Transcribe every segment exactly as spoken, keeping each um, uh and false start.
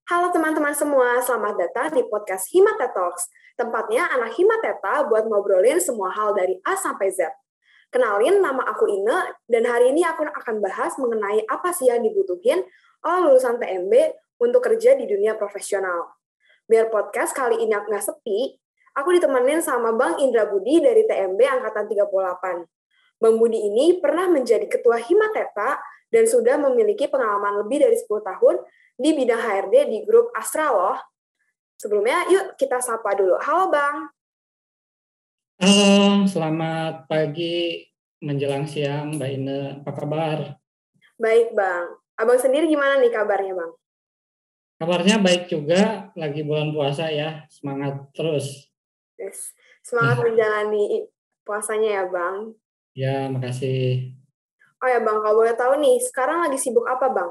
Halo teman-teman semua, selamat datang di podcast Himata Talks. Tempatnya anak Himateta buat ngobrolin semua hal dari A sampai Z. Kenalin, nama aku Ine, dan hari ini aku akan bahas mengenai apa sih yang dibutuhin oleh lulusan T M B untuk kerja di dunia profesional. Biar podcast kali ini nggak sepi, aku ditemenin sama Bang Indra Budi dari T M B Angkatan tiga puluh delapan. Bang Budi ini pernah menjadi ketua Himateta dan sudah memiliki pengalaman lebih dari sepuluh tahun di bidang H R D di grup Astra loh. Sebelumnya, yuk kita sapa dulu. Halo Bang. Halo, selamat pagi menjelang siang Mbak Ine. Apa kabar? Baik Bang. Abang sendiri gimana nih kabarnya Bang? Kabarnya baik juga, lagi bulan puasa ya, semangat terus. Yes. Semangat menjalani puasanya ya Bang. Ya, makasih. Oh ya Bang, kalau boleh tahu nih, sekarang lagi sibuk apa Bang?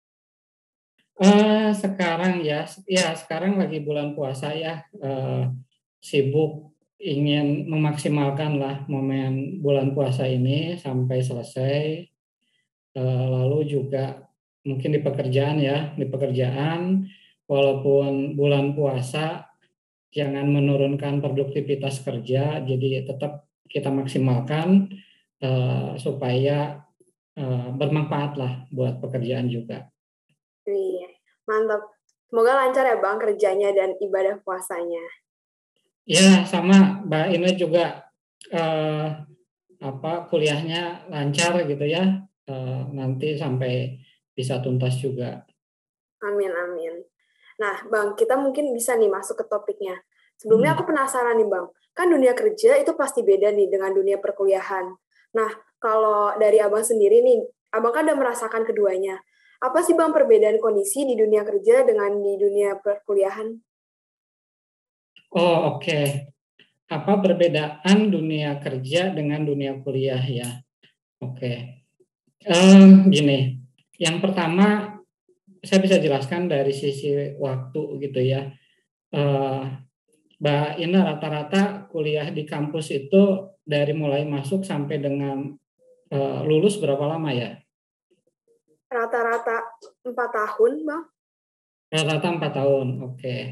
Eh, sekarang ya, ya sekarang lagi bulan puasa ya, eh, sibuk ingin memaksimalkan lah momen bulan puasa ini sampai selesai. Eh, lalu juga mungkin di pekerjaan ya, di pekerjaan walaupun bulan puasa jangan menurunkan produktivitas kerja, jadi tetap kita maksimalkan uh, supaya uh, bermanfaat lah buat pekerjaan juga. Wih, mantap. Semoga lancar ya Bang kerjanya dan ibadah puasanya. Ya, sama Mbak Ine juga uh, apa kuliahnya lancar gitu ya, uh, nanti sampai bisa tuntas juga. Amin, amin. Nah, Bang, kita mungkin bisa nih masuk ke topiknya. Sebelumnya Hmm. aku penasaran nih, Bang. Kan dunia kerja itu pasti beda nih dengan dunia perkuliahan. Nah, kalau dari Abang sendiri nih, Abang kan udah merasakan keduanya. Apa sih, Bang, perbedaan kondisi di dunia kerja dengan di dunia perkuliahan? Oh, oke. Okay. Apa perbedaan dunia kerja dengan dunia kuliah ya? Oke. Okay. Um, gini, yang pertama saya bisa jelaskan dari sisi waktu gitu ya. Uh, Mbak Ina rata-rata kuliah di kampus itu dari mulai masuk sampai dengan uh, lulus berapa lama ya? Rata-rata empat tahun, Bang. Rata-rata empat tahun, oke. Okay.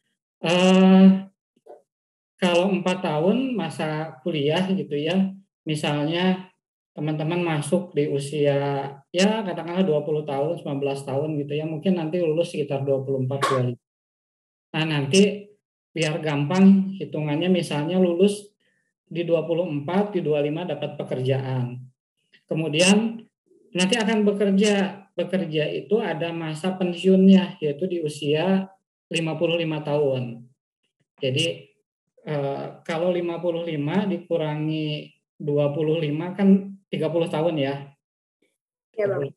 Uh, kalau empat tahun masa kuliah gitu ya, misalnya teman-teman masuk di usia ya katakanlah dua puluh tahun, sembilan belas tahun gitu ya, mungkin nanti lulus sekitar dua puluh empat dua puluh lima. Nah, nanti biar gampang hitungannya misalnya lulus di dua puluh empat, di dua puluh lima dapat pekerjaan. Kemudian nanti akan bekerja. Bekerja itu ada masa pensiunnya yaitu di usia lima puluh lima tahun. Jadi eh, kalau lima puluh lima dikurangi dua puluh lima kan tiga puluh tahun ya. Ya, Bang.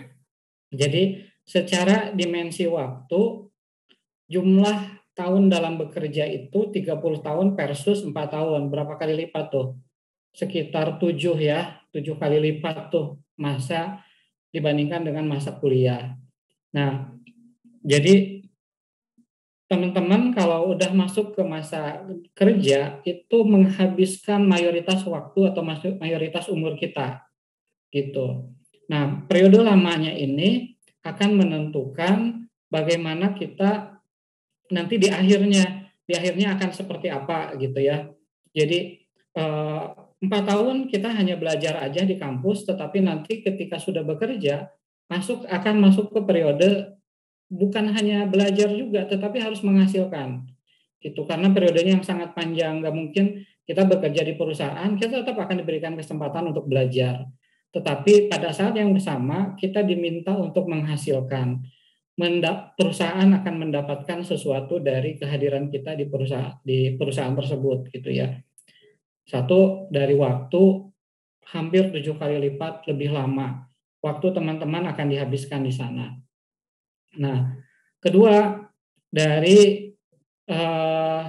Jadi secara dimensi waktu jumlah tahun dalam bekerja itu tiga puluh tahun versus empat tahun. Berapa kali lipat tuh? Sekitar tujuh ya, tujuh kali lipat tuh masa dibandingkan dengan masa kuliah. Nah, jadi teman-teman kalau udah masuk ke masa kerja itu menghabiskan mayoritas waktu atau mayoritas umur kita gitu. Nah, periode lamanya ini akan menentukan bagaimana kita nanti di akhirnya, di akhirnya akan seperti apa gitu ya. Jadi eh, empat tahun kita hanya belajar aja di kampus, tetapi nanti ketika sudah bekerja masuk akan masuk ke periode bukan hanya belajar juga, tetapi harus menghasilkan gitu. Karena periodenya yang sangat panjang, nggak mungkin kita bekerja di perusahaan, kita tetap akan diberikan kesempatan untuk belajar. Tetapi pada saat yang bersama kita diminta untuk menghasilkan. Perusahaan akan mendapatkan sesuatu dari kehadiran kita di perusahaan di perusahaan tersebut gitu ya. Satu, dari waktu hampir tujuh kali lipat lebih lama waktu teman-teman akan dihabiskan di sana. Nah, kedua, dari eh,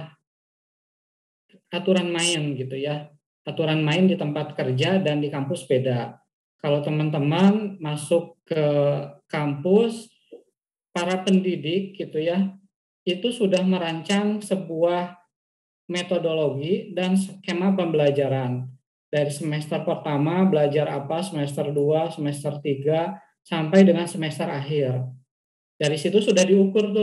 aturan main gitu ya. Aturan main di tempat kerja dan di kampus beda. Kalau teman-teman masuk ke kampus, para pendidik gitu ya, itu sudah merancang sebuah metodologi dan skema pembelajaran. Dari semester pertama belajar apa, semester dua, semester tiga, sampai dengan semester akhir. Dari situ sudah diukur tuh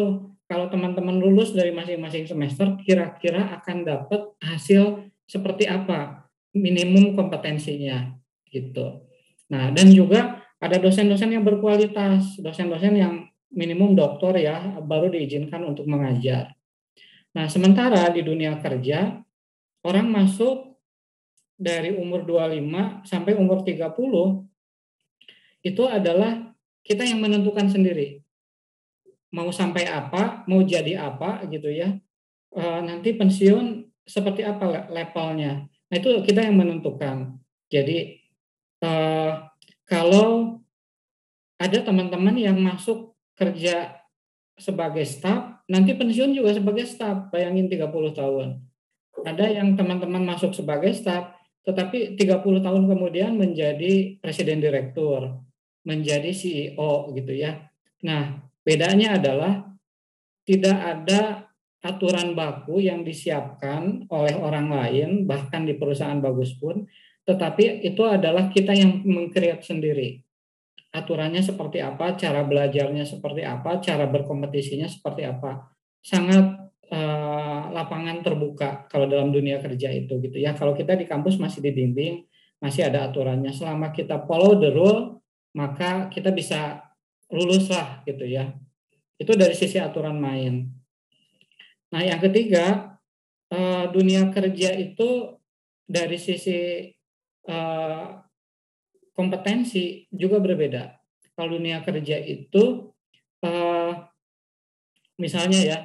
kalau teman-teman lulus dari masing-masing semester, kira-kira akan dapat hasil seperti apa, minimum kompetensinya, gitu. Nah, dan juga ada dosen-dosen yang berkualitas, dosen-dosen yang minimum doktor ya, baru diizinkan untuk mengajar. Nah, sementara di dunia kerja, orang masuk dari umur dua puluh lima sampai umur tiga puluh, itu adalah kita yang menentukan sendiri. Mau sampai apa, mau jadi apa gitu ya. E, nanti pensiun seperti apa levelnya. Nah, itu kita yang menentukan. Jadi e, kalau ada teman-teman yang masuk kerja sebagai staf, nanti pensiun juga sebagai staf, bayangin tiga puluh tahun. Ada yang teman-teman masuk sebagai staf, tetapi tiga puluh tahun kemudian menjadi presiden direktur, menjadi C E O gitu ya. Nah, bedanya adalah tidak ada aturan baku yang disiapkan oleh orang lain, bahkan di perusahaan bagus pun, tetapi itu adalah kita yang meng-create sendiri. Aturannya seperti apa, cara belajarnya seperti apa, cara berkompetisinya seperti apa. Sangat eh, lapangan terbuka kalau dalam dunia kerja itu gitu ya. Kalau kita di kampus masih dibimbing, masih ada aturannya. Selama kita follow the rule, maka kita bisa lulus lah gitu ya. Itu dari sisi aturan main. Nah, yang ketiga, eh, dunia kerja itu dari sisi eh, kompetensi juga berbeda. Kalau dunia kerja itu, eh, misalnya ya,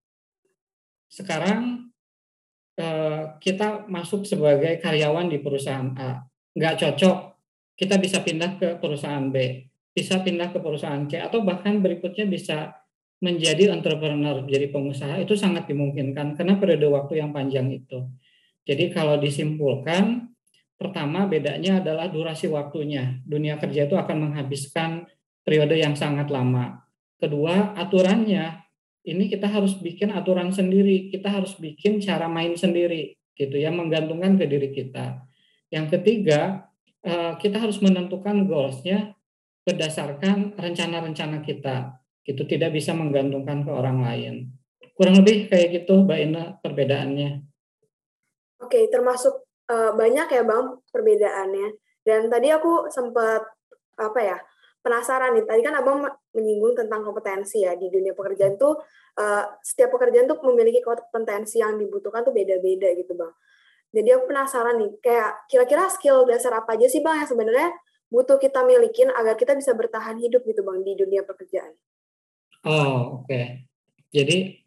sekarang eh, kita masuk sebagai karyawan di perusahaan A, nggak cocok, kita bisa pindah ke perusahaan B, bisa pindah ke perusahaan C, atau bahkan berikutnya bisa menjadi entrepreneur, jadi pengusaha. Itu sangat dimungkinkan karena periode waktu yang panjang itu. Jadi kalau disimpulkan, pertama bedanya adalah durasi waktunya. Dunia kerja itu akan menghabiskan periode yang sangat lama. Kedua, aturannya. Ini kita harus bikin aturan sendiri. Kita harus bikin cara main sendiri, gitu ya, menggantungkan ke diri kita. Yang ketiga, kita harus menentukan goals-nya berdasarkan rencana-rencana kita. Itu tidak bisa menggantungkan ke orang lain. Kurang lebih kayak gitu, Mbak Ina, perbedaannya. Oke, termasuk uh, banyak ya Bang perbedaannya. Dan tadi aku sempat apa ya penasaran nih. Tadi kan Abang menyinggung tentang kompetensi ya di dunia pekerjaan tuh uh, setiap pekerjaan tuh memiliki kompetensi yang dibutuhkan tuh beda-beda gitu Bang. Jadi aku penasaran nih, kayak kira-kira skill dasar apa aja sih Bang yang sebenarnya butuh kita milikin agar kita bisa bertahan hidup gitu Bang di dunia pekerjaan? Oh, oke. Okay. Jadi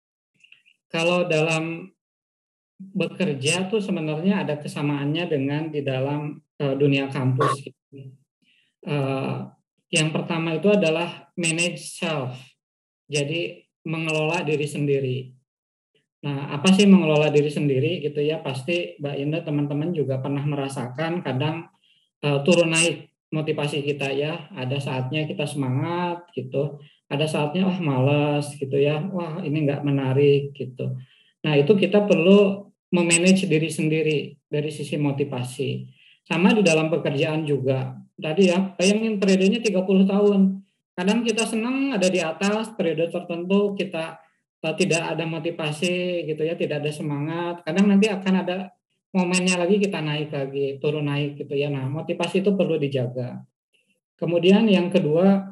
kalau dalam bekerja tuh sebenarnya ada kesamaannya dengan di dalam uh, dunia kampus. Uh, yang pertama itu adalah manage self. Jadi mengelola diri sendiri. Nah, apa sih mengelola diri sendiri gitu ya? Pasti Mbak Indah teman-teman juga pernah merasakan kadang uh, turun naik motivasi kita ya. Ada saatnya kita semangat gitu. Ada saatnya wah malas gitu ya. Wah ini nggak menarik gitu. Nah itu kita perlu memanage diri sendiri dari sisi motivasi. Sama di dalam pekerjaan juga. Tadi ya, bayangin periodenya tiga puluh tahun. Kadang kita senang ada di atas, periode tertentu kita tidak ada motivasi gitu ya, tidak ada semangat. Kadang nanti akan ada momennya lagi kita naik lagi, turun naik gitu ya. Nah, motivasi itu perlu dijaga. Kemudian yang kedua,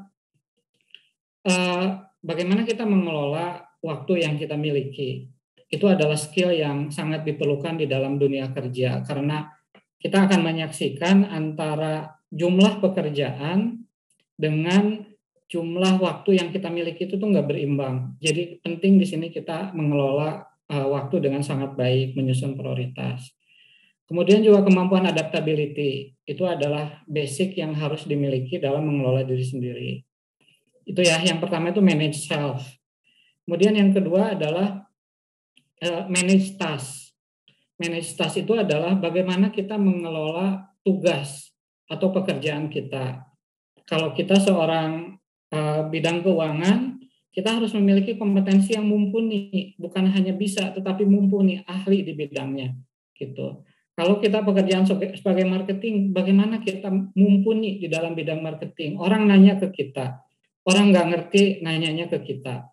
eh, bagaimana kita mengelola waktu yang kita miliki. Itu adalah skill yang sangat diperlukan di dalam dunia kerja karena kita akan menyaksikan antara jumlah pekerjaan dengan jumlah waktu yang kita miliki itu tuh nggak berimbang. Jadi penting di sini kita mengelola uh, waktu dengan sangat baik, menyusun prioritas. Kemudian juga kemampuan adaptability itu adalah basic yang harus dimiliki dalam mengelola diri sendiri. Itu ya, yang pertama itu manage self. Kemudian yang kedua adalah uh, manage task. Manage task itu adalah bagaimana kita mengelola tugas atau pekerjaan kita. Kalau kita seorang uh, bidang keuangan, kita harus memiliki kompetensi yang mumpuni, bukan hanya bisa, tetapi mumpuni, ahli di bidangnya, gitu. Kalau kita pekerjaan sebagai marketing, bagaimana kita mumpuni di dalam bidang marketing? Orang nanya ke kita, orang nggak ngerti, nanyanya ke kita.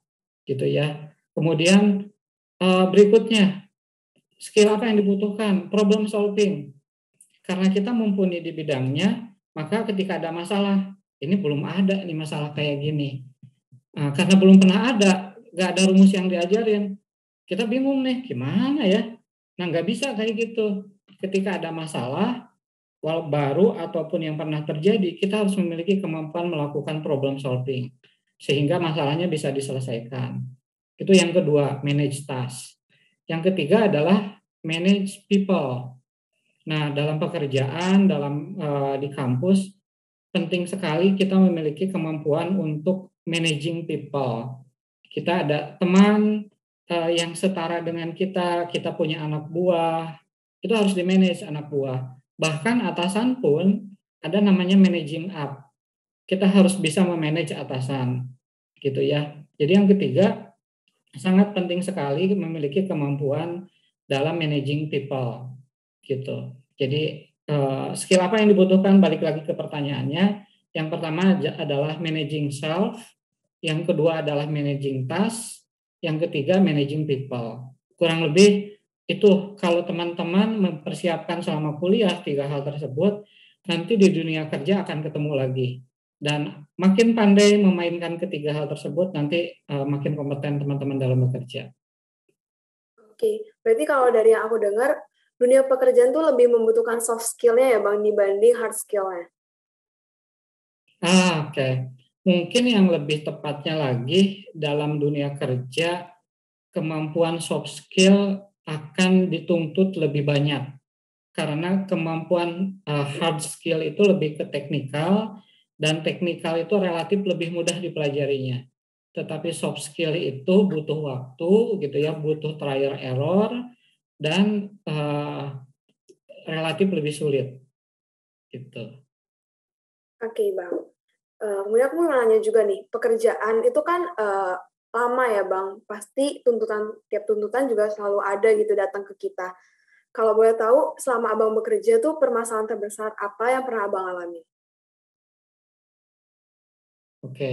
gitu ya. Kemudian uh, berikutnya, skill apa yang dibutuhkan? Problem solving. Karena kita mumpuni di bidangnya, maka ketika ada masalah, ini belum ada nih masalah kayak gini. Nah, karena belum pernah ada, nggak ada rumus yang diajarin, kita bingung nih, gimana ya? Nah, nggak bisa kayak gitu. Ketika ada masalah, walau baru ataupun yang pernah terjadi, kita harus memiliki kemampuan melakukan problem solving, sehingga masalahnya bisa diselesaikan. Itu yang kedua, manage task. Yang ketiga adalah manage people. Nah, dalam pekerjaan, dalam uh, di kampus, penting sekali kita memiliki kemampuan untuk managing people. Kita ada teman uh, yang setara dengan kita, kita punya anak buah, itu harus di-manage anak buah. Bahkan atasan pun ada namanya managing up. Kita harus bisa memanage atasan, gitu ya. Jadi yang ketiga, sangat penting sekali memiliki kemampuan dalam managing people, gitu. Jadi uh, skill apa yang dibutuhkan? Balik lagi ke pertanyaannya. Yang pertama adalah managing self, yang kedua adalah managing task, yang ketiga managing people. Kurang lebih itu kalau teman-teman mempersiapkan selama kuliah tiga hal tersebut, nanti di dunia kerja akan ketemu lagi. Dan makin pandai memainkan ketiga hal tersebut, nanti uh, makin kompeten teman-teman dalam bekerja. Oke, berarti kalau dari yang aku dengar, dunia pekerjaan tuh lebih membutuhkan soft skill-nya ya Bang, dibanding hard skill-nya. Ah, oke. Okay. Mungkin yang lebih tepatnya lagi dalam dunia kerja, kemampuan soft skill akan dituntut lebih banyak. Karena kemampuan uh, hard skill itu lebih ke teknikal, dan teknikal itu relatif lebih mudah dipelajarinya. Tetapi soft skill itu butuh waktu, gitu ya, butuh trial error, dan uh, relatif lebih sulit, gitu. Oke, Bang. Uh, kemudian aku mau nanya juga nih, pekerjaan itu kan uh, lama ya Bang, pasti tuntutan tiap tuntutan juga selalu ada gitu datang ke kita. Kalau boleh tahu, selama Abang bekerja tuh permasalahan terbesar apa yang pernah Abang alami? Oke. Okay.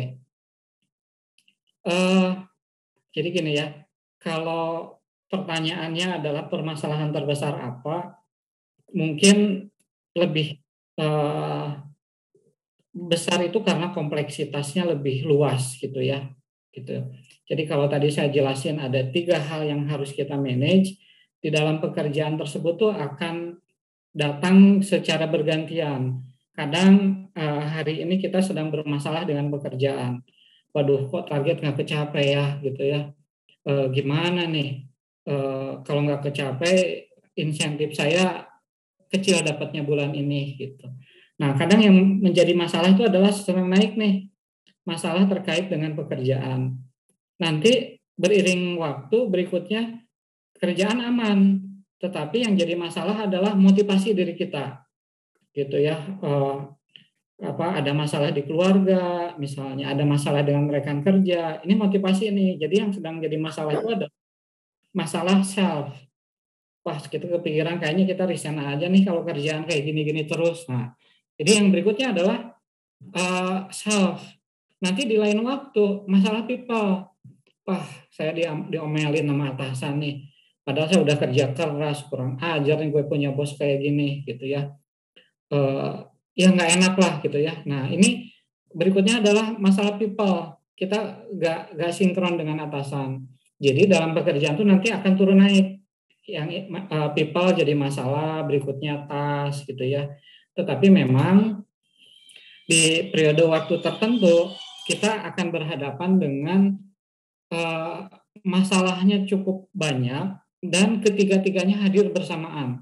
Uh, jadi gini ya, kalau pertanyaannya adalah permasalahan terbesar apa, mungkin lebih uh, besar itu karena kompleksitasnya lebih luas gitu ya, gitu. Jadi kalau tadi saya jelasin ada tiga hal yang harus kita manage di dalam pekerjaan tersebut tuh akan datang secara bergantian. Kadang uh, hari ini kita sedang bermasalah dengan pekerjaan. Waduh, kok target nggak kecapai ya, gitu ya. E, gimana nih? E, kalau nggak kecapai, insentif saya kecil dapatnya bulan ini, gitu. Nah, kadang yang menjadi masalah itu adalah sedang naik nih, masalah terkait dengan pekerjaan. Nanti beriring waktu berikutnya kerjaan aman, tetapi yang jadi masalah adalah motivasi diri kita, gitu ya. E, apa ada masalah di keluarga, misalnya ada masalah dengan rekan kerja, ini motivasi nih. Jadi yang sedang jadi masalah itu ada masalah self. Wah, kita kepikiran kayaknya kita resign aja nih kalau kerjaan kayak gini-gini terus. Nah, jadi yang berikutnya adalah uh, self. Nanti di lain waktu masalah people. Wah, saya di, diomelin sama atasan nih. Padahal saya udah kerja keras, kurang ajar nih gue punya bos kayak gini, gitu ya. Uh, ya nggak enak lah, gitu ya. Nah, ini berikutnya adalah masalah people. Kita nggak nggak sinkron dengan atasan. Jadi dalam pekerjaan itu nanti akan turun naik. Yang uh, people jadi masalah, berikutnya tas, gitu ya. Tetapi memang di periode waktu tertentu kita akan berhadapan dengan uh, masalahnya cukup banyak dan ketiga-tiganya hadir bersamaan.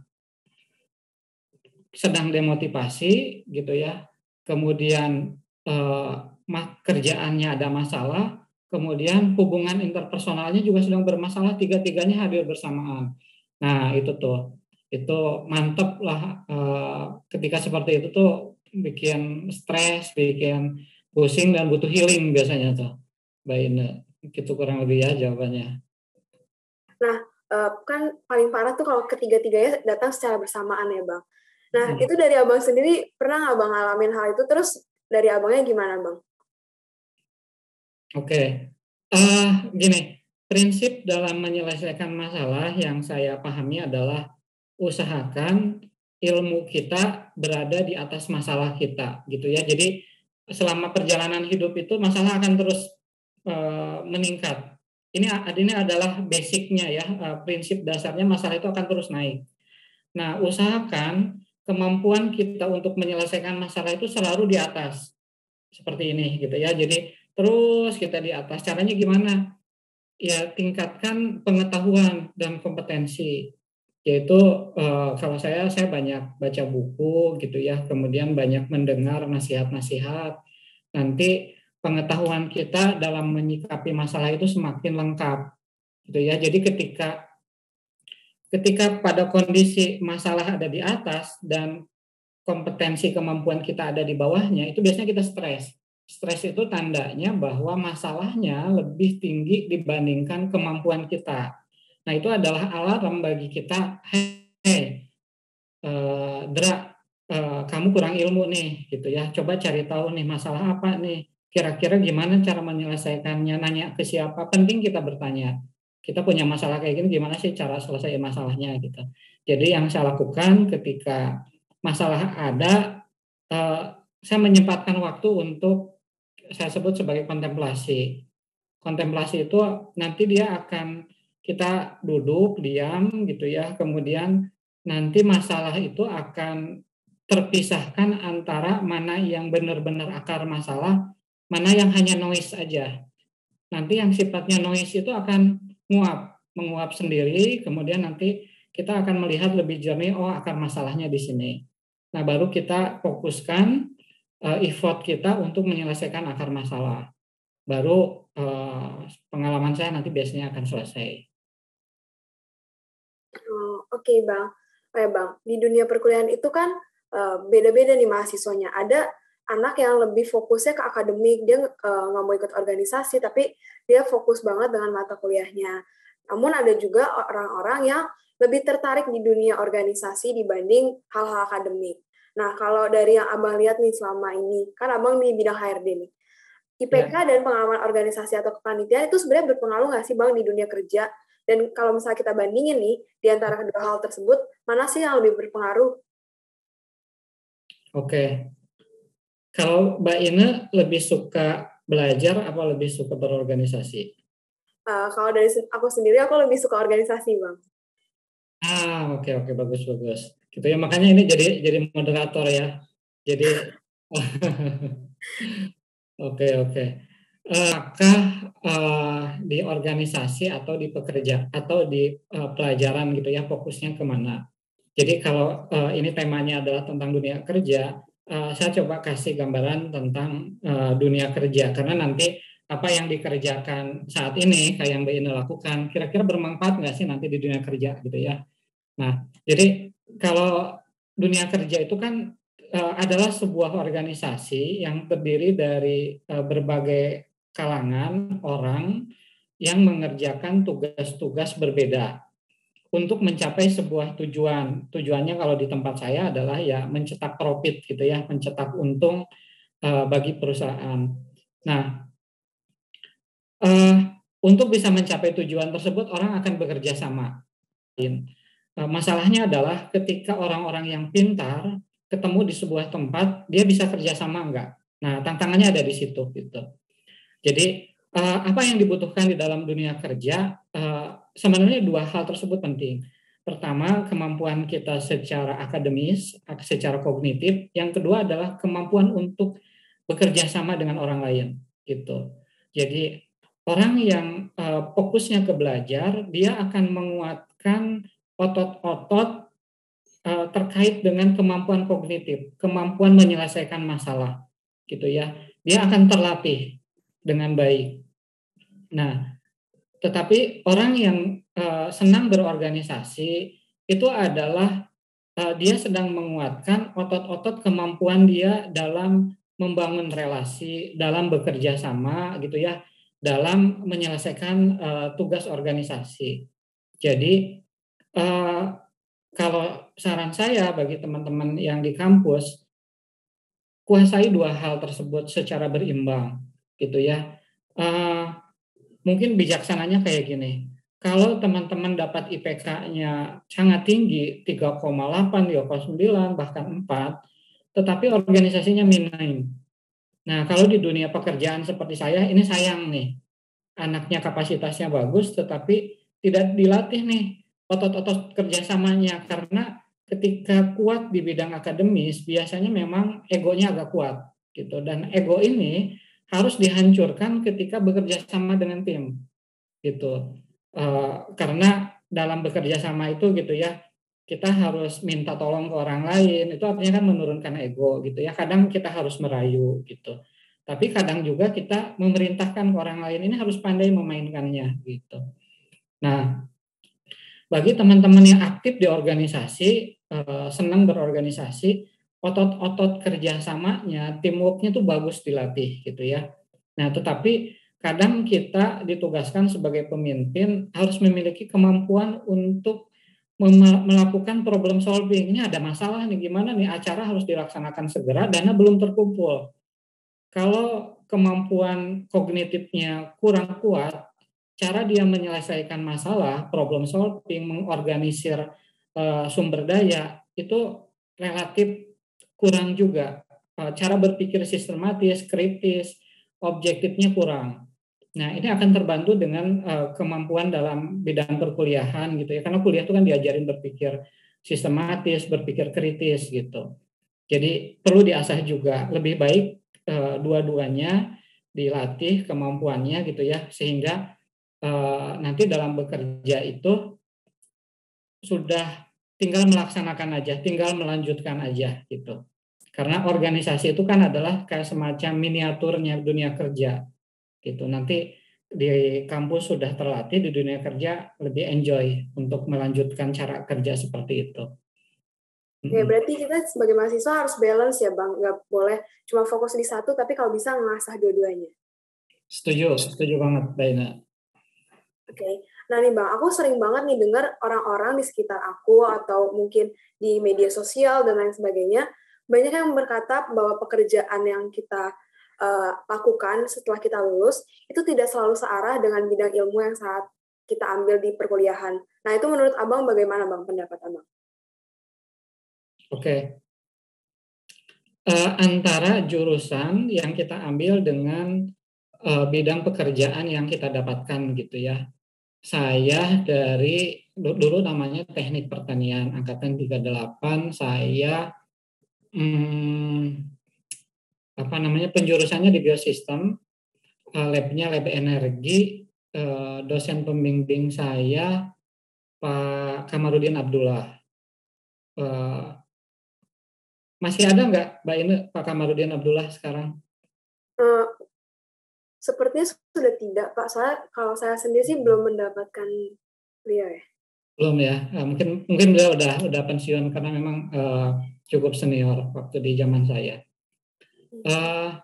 Sedang demotivasi, gitu ya. Kemudian uh, kerjaannya ada masalah, kemudian hubungan interpersonalnya juga sedang bermasalah, tiga-tiganya hadir bersamaan. Nah, itu tuh, itu mantep lah. Uh, ketika seperti itu tuh bikin stres, bikin pusing dan butuh healing biasanya tuh, Mbak Ine. Gitu kurang lebih ya jawabannya. Nah, uh, kan paling parah tuh kalau ketiga-tiganya datang secara bersamaan ya Bang. Nah, hmm. itu dari Abang sendiri pernah nggak Bang ngalamin hal itu? Terus dari Abangnya gimana Bang? Oke, Uh, gini, prinsip dalam menyelesaikan masalah yang saya pahami adalah usahakan ilmu kita berada di atas masalah kita, gitu ya. Jadi selama perjalanan hidup itu masalah akan terus uh, meningkat. Ini ini adalah basicnya ya, uh, prinsip dasarnya masalah itu akan terus naik. Nah, usahakan kemampuan kita untuk menyelesaikan masalah itu selalu di atas, seperti ini gitu ya. Jadi terus kita di atas. Caranya gimana? Ya tingkatkan pengetahuan dan kompetensi. Yaitu eh, kalau saya saya banyak baca buku gitu ya, kemudian banyak mendengar nasihat-nasihat. Nanti pengetahuan kita dalam menyikapi masalah itu semakin lengkap gitu ya. Jadi ketika ketika pada kondisi masalah ada di atas dan kompetensi kemampuan kita ada di bawahnya, itu biasanya kita stres. Stres itu tandanya bahwa masalahnya lebih tinggi dibandingkan kemampuan kita. Nah, itu adalah alarm bagi kita, hei, eh, Dra, eh, kamu kurang ilmu nih, gitu ya. Coba cari tahu nih masalah apa nih. Kira-kira gimana cara menyelesaikannya? Nanya ke siapa? Penting kita bertanya. Kita punya masalah kayak gini, gimana sih cara selesai masalahnya gitu. Jadi yang saya lakukan ketika masalah ada, eh, saya menyempatkan waktu untuk saya sebut sebagai kontemplasi. Kontemplasi itu nanti dia akan kita duduk diam gitu ya, kemudian nanti masalah itu akan terpisahkan antara mana yang benar-benar akar masalah, mana yang hanya noise aja. Nanti yang sifatnya noise itu akan menguap, menguap sendiri, kemudian nanti kita akan melihat lebih jernih, oh akar masalahnya di sini. Nah, baru kita fokuskan uh, effort kita untuk menyelesaikan akar masalah. Baru uh, pengalaman saya nanti biasanya akan selesai. Oh, Oke okay, Bang, oh, ya Bang, di dunia perkuliahan itu kan uh, beda-beda nih mahasiswanya. Ada anak yang lebih fokusnya ke akademik, dia uh, nggak mau ikut organisasi, tapi dia fokus banget dengan mata kuliahnya. Namun ada juga orang-orang yang lebih tertarik di dunia organisasi dibanding hal-hal akademik. Nah, kalau dari yang Abang lihat nih selama ini, kan Abang di bidang H R D nih, I P K ya. Dan pengalaman organisasi atau kepanitiaan itu sebenarnya berpengaruh nggak sih Bang di dunia kerja? Dan kalau misalnya kita bandingin nih, di antara kedua hal tersebut, mana sih yang lebih berpengaruh? Oke. Kalau Mbak Ine lebih suka belajar apa lebih suka berorganisasi? Uh, kalau dari aku sendiri, aku lebih suka organisasi, Bang. Ah, oke, oke, bagus, bagus. Gitu ya, makanya ini jadi jadi moderator ya. Jadi, oke, oke. Apakah uh, di organisasi atau di pekerja atau di uh, pelajaran gitu ya, fokusnya kemana? Jadi kalau uh, ini temanya adalah tentang dunia kerja, uh, saya coba kasih gambaran tentang uh, dunia kerja karena nanti apa yang dikerjakan saat ini kayak yang Mbak Ina lakukan, kira-kira bermanfaat nggak sih nanti di dunia kerja gitu ya? Nah, jadi kalau dunia kerja itu kan uh, adalah sebuah organisasi yang terdiri dari uh, berbagai kalangan orang yang mengerjakan tugas-tugas berbeda untuk mencapai sebuah tujuan. Tujuannya kalau di tempat saya adalah ya mencetak profit gitu ya, mencetak untung uh, bagi perusahaan. Nah, uh, untuk bisa mencapai tujuan tersebut orang akan bekerja sama. Uh, masalahnya adalah ketika orang-orang yang pintar ketemu di sebuah tempat, dia bisa kerjasama enggak? Nah, tantangannya ada di situ gitu. Jadi uh, apa yang dibutuhkan di dalam dunia kerja? Uh, sebenarnya dua hal tersebut penting. Pertama, kemampuan kita secara akademis, secara kognitif. Yang kedua adalah kemampuan untuk bekerja sama dengan orang lain, gitu. Jadi orang yang uh, fokusnya ke belajar, dia akan menguatkan otot-otot uh, terkait dengan kemampuan kognitif, kemampuan menyelesaikan masalah, gitu ya. Dia akan terlatih dengan baik. Nah, tetapi orang yang uh, senang berorganisasi itu adalah uh, dia sedang menguatkan otot-otot kemampuan dia dalam membangun relasi, dalam bekerja sama gitu ya, dalam menyelesaikan uh, tugas organisasi. Jadi uh, kalau saran saya bagi teman-teman yang di kampus, kuasai dua hal tersebut secara berimbang gitu ya. Uh, mungkin bijaksananya kayak gini. Kalau teman-teman dapat I P K-nya sangat tinggi, tiga koma delapan, tiga koma sembilan, bahkan empat, tetapi organisasinya minim. Nah, kalau di dunia pekerjaan seperti saya, ini sayang nih. Anaknya kapasitasnya bagus, tetapi tidak dilatih nih otot-otot kerjasamanya. Karena ketika kuat di bidang akademis, biasanya memang egonya agak kuat. Gitu. Dan ego ini harus dihancurkan ketika bekerja sama dengan tim. Gitu. Uh, karena dalam bekerja sama itu gitu ya, kita harus minta tolong ke orang lain, itu artinya kan menurunkan ego gitu ya. Kadang kita harus merayu gitu, tapi kadang juga kita memerintahkan ke orang lain, ini harus pandai memainkannya gitu. Nah, bagi teman-teman yang aktif di organisasi, uh, senang berorganisasi, otot-otot kerjasamanya, teamworknya tuh bagus dilatih gitu ya. Nah, tetapi kadang kita ditugaskan sebagai pemimpin harus memiliki kemampuan untuk melakukan problem solving. Ini ada masalah nih, gimana nih, acara harus dilaksanakan segera, dana belum terkumpul. Kalau kemampuan kognitifnya kurang kuat, cara dia menyelesaikan masalah, problem solving, mengorganisir uh, sumber daya, itu relatif kurang juga. Uh, cara berpikir sistematis, kritis, objektifnya kurang. Nah, ini akan terbantu dengan uh, kemampuan dalam bidang perkuliahan gitu ya. Karena kuliah itu kan diajarin berpikir sistematis, berpikir kritis gitu. Jadi perlu diasah juga. Lebih baik uh, dua-duanya dilatih kemampuannya gitu ya, sehingga uh, nanti dalam bekerja itu sudah tinggal melaksanakan aja, tinggal melanjutkan aja gitu. Karena organisasi itu kan adalah kayak semacam miniaturnya dunia kerja gitu. Nanti di kampus sudah terlatih, di dunia kerja lebih enjoy untuk melanjutkan cara kerja seperti itu. Ya, berarti kita sebagai mahasiswa harus balance ya Bang, nggak boleh cuma fokus di satu, tapi kalau bisa mengasah dua-duanya. Setuju, setuju banget Daina. Oke, okay. Nah nih Bang, aku sering banget nih dengar orang-orang di sekitar aku atau mungkin di media sosial dan lain sebagainya, banyak yang berkata bahwa pekerjaan yang kita uh, lakukan setelah kita lulus itu tidak selalu searah dengan bidang ilmu yang saat kita ambil di perkuliahan. Nah itu menurut Abang bagaimana Bang, pendapat Abang? Oke, okay. uh, antara jurusan yang kita ambil dengan uh, bidang pekerjaan yang kita dapatkan gitu ya. Saya dari dulu namanya Teknik Pertanian angkatan tiga puluh delapan, saya hmm, apa namanya penjurusannya di biosistem, labnya lab energi, dosen pembimbing saya Pak Kamarudin Abdullah. Masih ada nggak Mbak Ine Pak Kamarudin Abdullah sekarang? Uh, sepertinya sudah tidak Pak. Saya kalau saya sendiri sih belum mendapatkan beliau ya. Belum ya, mungkin mungkin beliau udah udah pensiun karena memang uh, cukup senior waktu di zaman saya. Uh,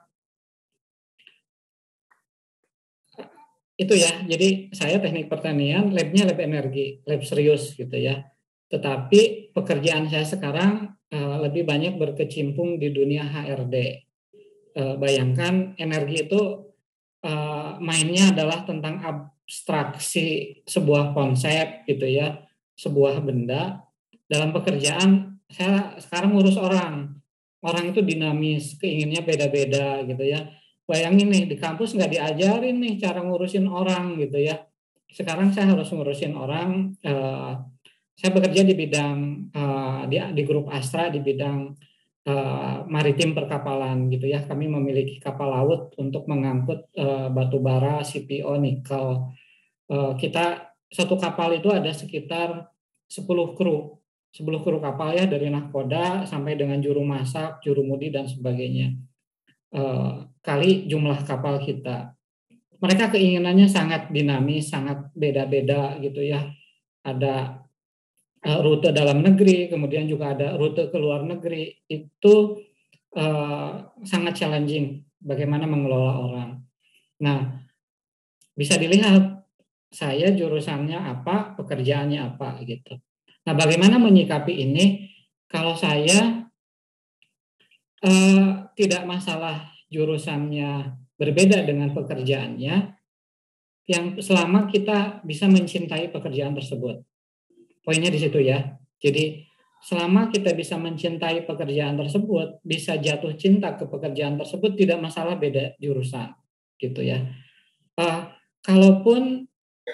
itu ya, jadi saya teknik pertanian, labnya lab energi, lab serius gitu ya. Tetapi pekerjaan saya sekarang uh, lebih banyak berkecimpung di dunia H R D. Uh, bayangkan energi itu uh, mainnya adalah tentang abstraksi sebuah konsep gitu ya, sebuah benda. Dalam pekerjaan saya sekarang ngurus orang, orang itu dinamis, keinginnya beda-beda gitu ya. Bayangin nih, di kampus nggak diajarin nih cara ngurusin orang gitu ya. Sekarang saya harus ngurusin orang. Eh, saya bekerja di bidang eh, di, di grup Astra di bidang eh, maritim perkapalan gitu ya. Kami memiliki kapal laut untuk mengangkut eh, batu bara, C P O, nikel. Eh, kita satu kapal itu ada sekitar sepuluh kru. sepuluh kru kapal ya, dari nahkoda sampai dengan juru masak, juru mudi dan sebagainya. Uh, kali jumlah kapal kita. Mereka keinginannya sangat dinamis, sangat beda-beda gitu ya. Ada uh, rute dalam negeri, kemudian juga ada rute ke luar negeri. Itu uh, sangat challenging bagaimana mengelola orang. Nah, bisa dilihat saya jurusannya apa, pekerjaannya apa gitu. Nah, bagaimana menyikapi ini? Kalau saya Uh, tidak masalah jurusannya berbeda dengan pekerjaannya, yang selama kita bisa mencintai pekerjaan tersebut. Poinnya di situ ya. Jadi selama kita bisa mencintai pekerjaan tersebut, bisa jatuh cinta ke pekerjaan tersebut, tidak masalah beda jurusan, gitu ya. Uh, kalaupun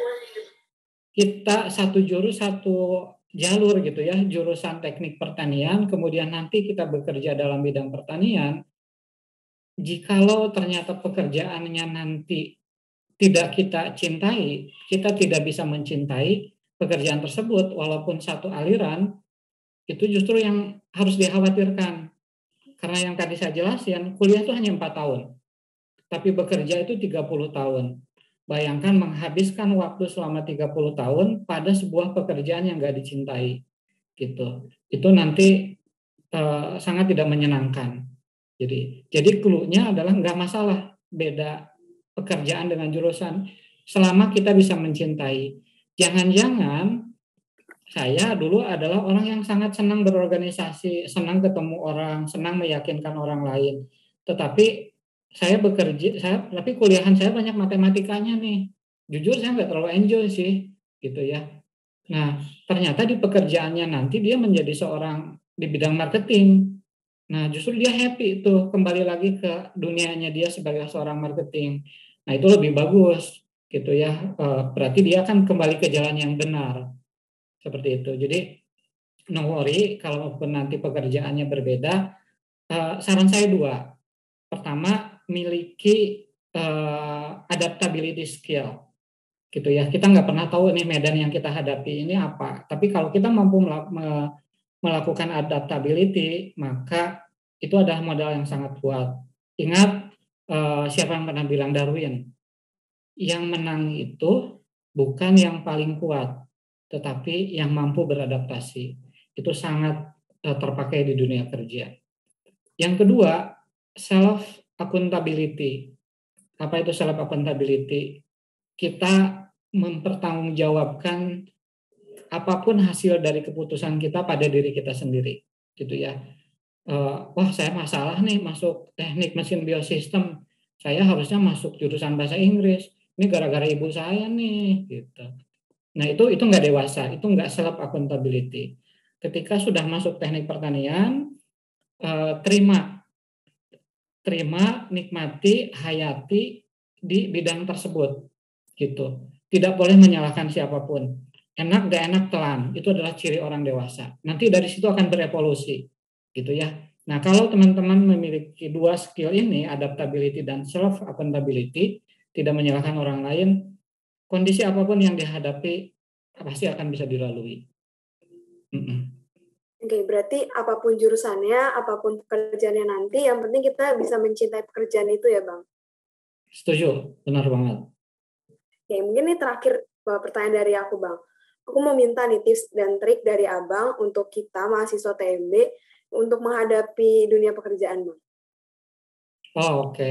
kita satu jurus satu jalur gitu ya, jurusan teknik pertanian, kemudian nanti kita bekerja dalam bidang pertanian, jikalau ternyata pekerjaannya nanti tidak kita cintai, kita tidak bisa mencintai pekerjaan tersebut walaupun satu aliran, itu justru yang harus dikhawatirkan. Karena yang tadi saya jelasin, kuliah itu hanya empat tahun, tapi bekerja itu tiga puluh tahun. Bayangkan menghabiskan waktu selama tiga puluh tahun pada sebuah pekerjaan yang nggak dicintai. Gitu. Itu nanti uh, sangat tidak menyenangkan. Jadi, jadi clue-nya adalah nggak masalah beda pekerjaan dengan jurusan selama kita bisa mencintai. Jangan-jangan saya dulu adalah orang yang sangat senang berorganisasi, senang ketemu orang, senang meyakinkan orang lain. Tetapi saya bekerja, saya tapi kuliahan saya banyak matematikanya nih. Jujur saya nggak terlalu enjoy sih, gitu ya. Nah, ternyata di pekerjaannya nanti dia menjadi seorang di bidang marketing. Nah, justru dia happy tuh kembali lagi ke dunianya dia sebagai seorang marketing. Nah, itu lebih bagus gitu ya. Berarti dia akan kembali ke jalan yang benar. Seperti itu. Jadi no worry kalaupun nanti pekerjaannya berbeda. Saran saya dua. Pertama, miliki adaptability skill. Gitu ya. Kita nggak pernah tahu nih medan yang kita hadapi ini apa. Tapi kalau kita mampu melakukan adaptability, maka itu adalah modal yang sangat kuat. Ingat, eh, siapa yang pernah bilang Darwin? Yang menang itu bukan yang paling kuat, tetapi yang mampu beradaptasi. Itu sangat eh, terpakai di dunia kerja. Yang kedua, self accountability. Apa itu self accountability? Kita mempertanggungjawabkan apapun hasil dari keputusan kita pada diri kita sendiri, gitu ya. Uh, wah saya masalah nih masuk teknik mesin biosistem, saya harusnya masuk jurusan bahasa Inggris. Ini gara-gara ibu saya nih, gitu. Nah itu itu nggak dewasa, itu nggak self accountability. Ketika sudah masuk teknik pertanian, uh, terima, terima, nikmati, hayati di bidang tersebut, gitu. Tidak boleh menyalahkan siapapun. Enak gak enak telan, itu adalah ciri orang dewasa. Nanti dari situ akan berevolusi, gitu ya. Nah, kalau teman-teman memiliki dua skill ini, adaptability dan self accountability, tidak menyalahkan orang lain, kondisi apapun yang dihadapi pasti akan bisa dilalui. Mm-mm. Oke, berarti apapun jurusannya, apapun pekerjaannya nanti, yang penting kita bisa mencintai pekerjaan itu ya, Bang? Setuju, benar banget. Oke, mungkin ini terakhir pertanyaan dari aku, Bang. Aku mau minta nih tips dan trik dari Abang untuk kita mahasiswa T M B untuk menghadapi dunia pekerjaan, Bang. Oh, oke. Okay.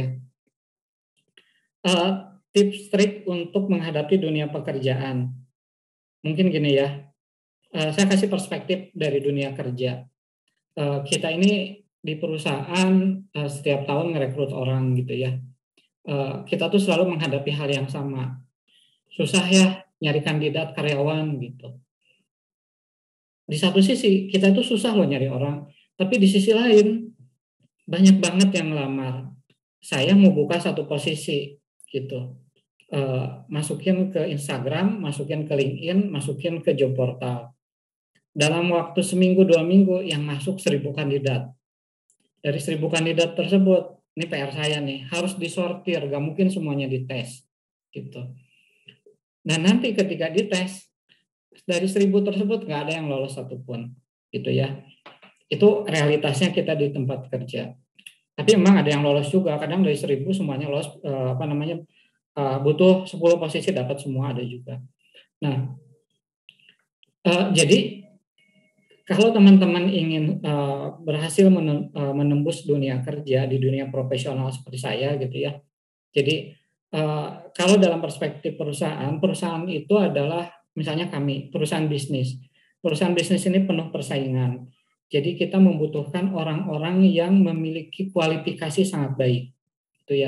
Uh, tips trik untuk menghadapi dunia pekerjaan. Mungkin gini ya, uh, saya kasih perspektif dari dunia kerja. Uh, kita ini di perusahaan uh, setiap tahun ngerekrut orang gitu ya. Uh, kita tuh selalu menghadapi hal yang sama. Susah ya nyari kandidat karyawan gitu. Di satu sisi kita itu susah loh nyari orang, tapi di sisi lain banyak banget yang ngelamar. Saya mau buka satu posisi gitu, e, masukin ke Instagram, masukin ke LinkedIn, masukin ke job portal. Dalam waktu seminggu dua minggu yang masuk seribu kandidat. Dari seribu kandidat tersebut, ini P R saya nih, harus disortir, gak mungkin semuanya dites gitu. Dan nanti ketika dites, dari seribu tersebut nggak ada yang lolos satupun, gitu ya. Itu realitasnya kita di tempat kerja. Tapi memang ada yang lolos juga. Kadang dari seribu semuanya lolos, eh, apa namanya, eh, butuh sepuluh posisi dapat semua, ada juga. Nah, eh, jadi kalau teman-teman ingin eh, berhasil menembus dunia kerja di dunia profesional seperti saya, gitu ya. Jadi eh, kalau dalam perspektif perusahaan, perusahaan itu adalah misalnya kami, perusahaan bisnis. Perusahaan bisnis ini penuh persaingan. Jadi kita membutuhkan orang-orang yang memiliki kualifikasi sangat baik. Itu ya.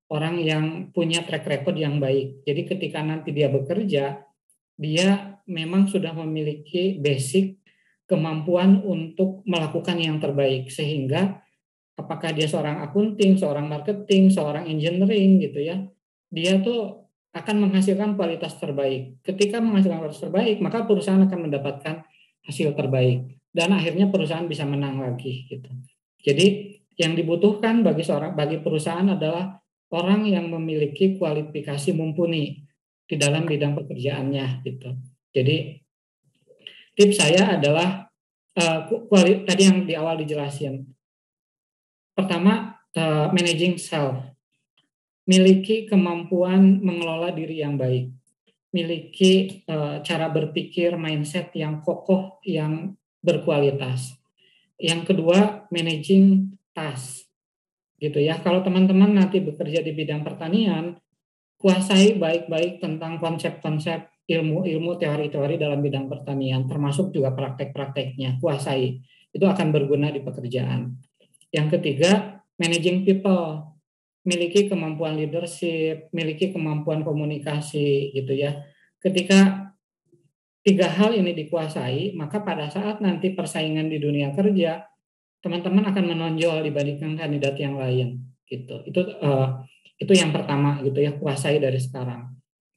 orang yang punya track record yang baik. Jadi ketika nanti dia bekerja, dia memang sudah memiliki basic kemampuan untuk melakukan yang terbaik, sehingga apakah dia seorang akunting, seorang marketing, seorang engineering gitu ya, dia tuh akan menghasilkan kualitas terbaik. Ketika menghasilkan kualitas terbaik, maka perusahaan akan mendapatkan hasil terbaik dan akhirnya perusahaan bisa menang lagi gitu. Jadi yang dibutuhkan bagi seorang bagi perusahaan adalah orang yang memiliki kualifikasi mumpuni di dalam bidang pekerjaannya gitu. Jadi tips saya adalah uh, kuali, tadi yang di awal dijelasin. Pertama, uh, managing self. Miliki kemampuan mengelola diri yang baik. Miliki uh, cara berpikir, mindset yang kokoh, yang berkualitas. Yang kedua, managing task. Gitu ya. Kalau teman-teman nanti bekerja di bidang pertanian, kuasai baik-baik tentang konsep-konsep ilmu-ilmu teori-teori dalam bidang pertanian, termasuk juga praktek-prakteknya, kuasai. Itu akan berguna di pekerjaan. Yang ketiga, managing people. Miliki kemampuan leadership, miliki kemampuan komunikasi gitu ya. Ketika tiga hal ini dikuasai, maka pada saat nanti persaingan di dunia kerja, teman-teman akan menonjol dibandingkan kandidat yang lain gitu. Itu uh, itu yang pertama gitu ya, kuasai dari sekarang.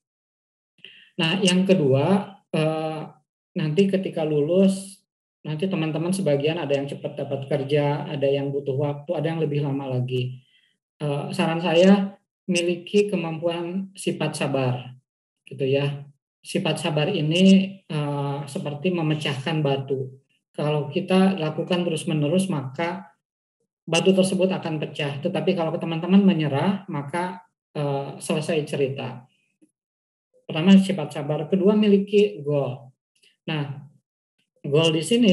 Nah, yang kedua, uh, nanti ketika lulus, nanti teman-teman sebagian ada yang cepat dapat kerja, ada yang butuh waktu, ada yang lebih lama lagi. Uh, saran saya miliki kemampuan sifat sabar, gitu ya. Sifat sabar ini uh, seperti memecahkan batu. Kalau kita lakukan terus-menerus, maka batu tersebut akan pecah. Tetapi kalau teman-teman menyerah, maka uh, selesai cerita. Pertama, sifat sabar. Kedua, miliki goal. Nah, goal di sini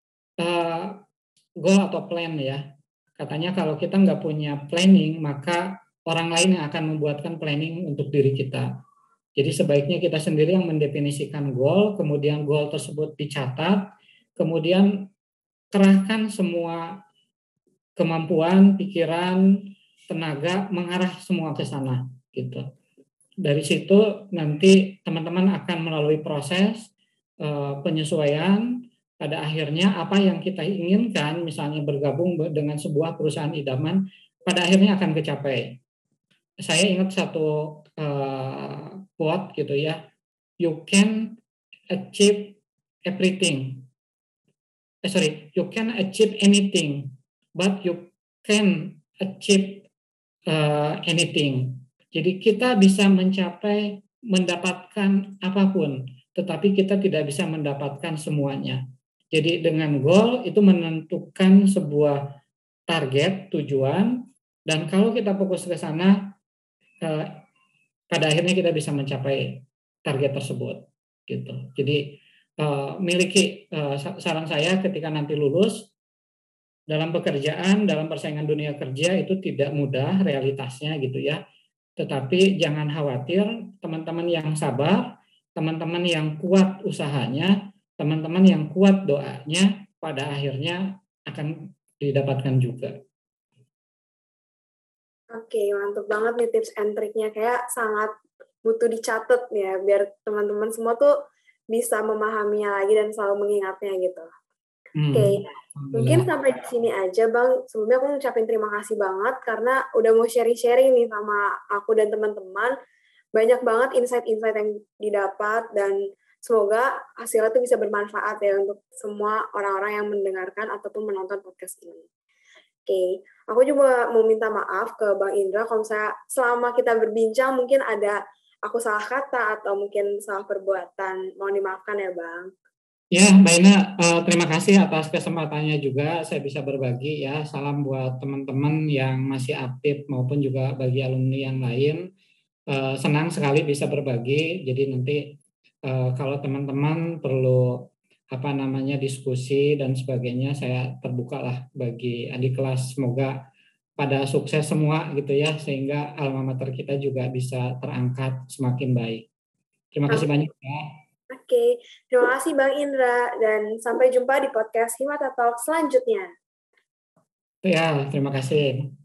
uh, goal atau plan ya. Katanya kalau kita nggak punya planning, maka orang lain yang akan membuatkan planning untuk diri kita. Jadi sebaiknya kita sendiri yang mendefinisikan goal, kemudian goal tersebut dicatat, kemudian kerahkan semua kemampuan, pikiran, tenaga mengarah semua ke sana gitu. Dari situ nanti teman-teman akan melalui proses uh, penyesuaian. Pada akhirnya apa yang kita inginkan, misalnya bergabung dengan sebuah perusahaan idaman, pada akhirnya akan kecapai. Saya ingat satu uh, quote gitu ya, you can achieve everything. Eh, sorry, you can achieve anything, but you can achieve uh, anything. Jadi kita bisa mencapai, mendapatkan apapun, tetapi kita tidak bisa mendapatkan semuanya. Jadi dengan goal itu menentukan sebuah target, tujuan, dan kalau kita fokus ke sana, eh, pada akhirnya kita bisa mencapai target tersebut. Gitu. Jadi eh, miliki eh, saran saya ketika nanti lulus, dalam pekerjaan, dalam persaingan dunia kerja itu tidak mudah realitasnya gitu ya. Tetapi jangan khawatir, teman-teman yang sabar, teman-teman yang kuat usahanya, teman-teman yang kuat doanya, pada akhirnya akan didapatkan juga. Oke, mantap banget nih tips and triknya. Kayak sangat butuh dicatat ya, biar teman-teman semua tuh bisa memahaminya lagi dan selalu mengingatnya gitu. Hmm. Oke, mungkin sampai di sini aja Bang. Sebelumnya aku ngucapin terima kasih banget karena udah mau sharing-sharing nih sama aku dan teman-teman. Banyak banget insight-insight yang didapat dan semoga hasilnya tuh bisa bermanfaat ya untuk semua orang-orang yang mendengarkan ataupun menonton podcast ini. Oke, aku juga mau minta maaf ke Bang Indra kalau misalnya selama kita berbincang mungkin ada aku salah kata atau mungkin salah perbuatan. Mohon dimaafkan ya Bang. Ya, Mbak Ina, uh, terima kasih atas kesempatannya juga saya bisa berbagi ya. Salam buat teman-teman yang masih aktif maupun juga bagi alumni yang lain. Uh, senang sekali bisa berbagi. Jadi nanti uh, kalau teman-teman perlu apa namanya diskusi dan sebagainya, saya terbuka lah bagi adik kelas. Semoga pada sukses semua gitu ya, sehingga alma mater kita juga bisa terangkat semakin baik. Terima kasih banyak ya. Oke, terima kasih Bang Indra dan sampai jumpa di podcast Himata Talk selanjutnya. Ya, terima kasih.